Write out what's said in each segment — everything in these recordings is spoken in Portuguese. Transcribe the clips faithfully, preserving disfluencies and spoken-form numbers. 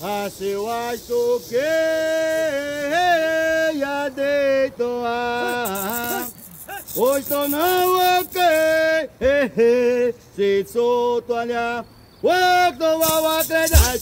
a seu acho que ia deitar. Hoje tô não ok, se solto olhar, o que eu vou acreditar.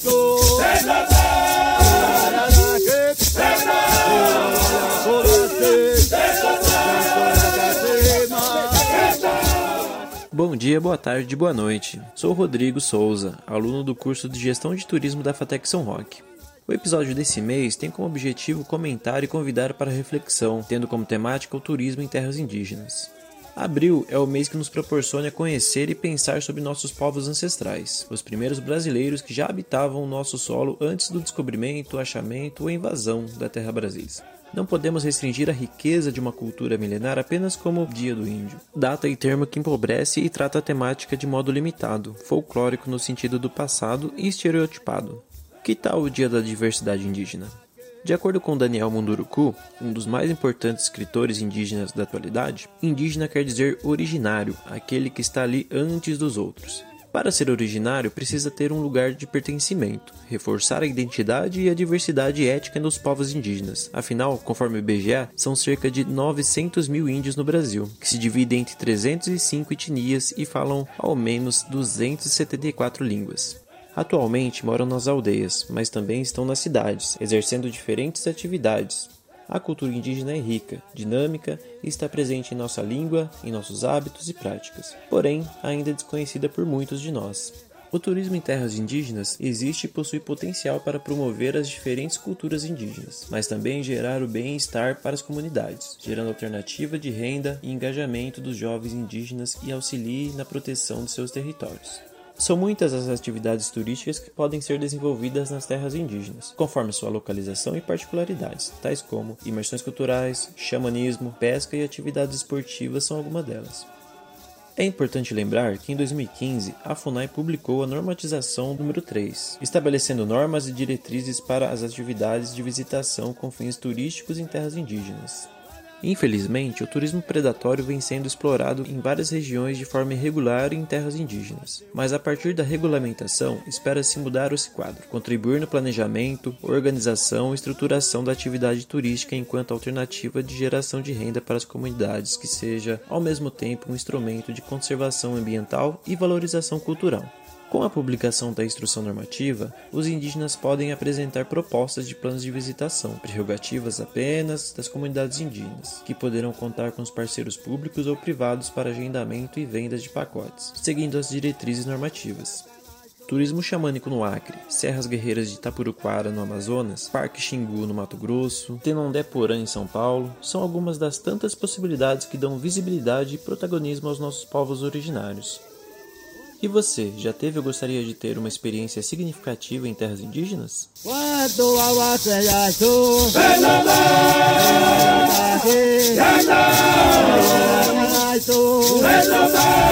Bom dia, boa tarde, boa noite. Sou Rodrigo Souza, aluno do curso de Gestão de Turismo da FATEC São Roque. O episódio desse mês tem como objetivo comentar e convidar para reflexão, tendo como temática o turismo em terras indígenas. Abril é o mês que nos proporciona conhecer e pensar sobre nossos povos ancestrais, os primeiros brasileiros que já habitavam o nosso solo antes do descobrimento, achamento ou invasão da terra brasileira. Não podemos restringir a riqueza de uma cultura milenar apenas como o Dia do Índio, data e termo que empobrece e trata a temática de modo limitado, folclórico no sentido do passado e estereotipado. Que tal o Dia da Diversidade Indígena? De acordo com Daniel Munduruku, um dos mais importantes escritores indígenas da atualidade, indígena quer dizer originário, aquele que está ali antes dos outros. Para ser originário, precisa ter um lugar de pertencimento, reforçar a identidade e a diversidade étnica dos povos indígenas. Afinal, conforme o I B G E, são cerca de novecentos mil índios no Brasil, que se dividem entre trezentas e cinco etnias e falam ao menos duzentas e setenta e quatro línguas. Atualmente moram nas aldeias, mas também estão nas cidades, exercendo diferentes atividades. A cultura indígena é rica, dinâmica e está presente em nossa língua, em nossos hábitos e práticas, porém ainda desconhecida por muitos de nós. O turismo em terras indígenas existe e possui potencial para promover as diferentes culturas indígenas, mas também gerar o bem-estar para as comunidades, gerando alternativa de renda e engajamento dos jovens indígenas e auxilie na proteção de seus territórios. São muitas as atividades turísticas que podem ser desenvolvidas nas terras indígenas, conforme sua localização e particularidades, tais como imersões culturais, xamanismo, pesca e atividades esportivas são algumas delas. É importante lembrar que em dois mil e quinze a FUNAI publicou a normatização número três, estabelecendo normas e diretrizes para as atividades de visitação com fins turísticos em terras indígenas. Infelizmente, o turismo predatório vem sendo explorado em várias regiões de forma irregular em terras indígenas, mas a partir da regulamentação, espera-se mudar esse quadro, contribuir no planejamento, organização e estruturação da atividade turística enquanto alternativa de geração de renda para as comunidades que seja, ao mesmo tempo, um instrumento de conservação ambiental e valorização cultural. Com a publicação da instrução normativa, os indígenas podem apresentar propostas de planos de visitação, prerrogativas apenas das comunidades indígenas, que poderão contar com os parceiros públicos ou privados para agendamento e vendas de pacotes, seguindo as diretrizes normativas. Turismo xamânico no Acre, Serras Guerreiras de Itapuruquara no Amazonas, Parque Xingu no Mato Grosso, Tenonde-Porã em São Paulo, são algumas das tantas possibilidades que dão visibilidade e protagonismo aos nossos povos originários. E você, já teve ou gostaria de ter uma experiência significativa em terras indígenas? Quando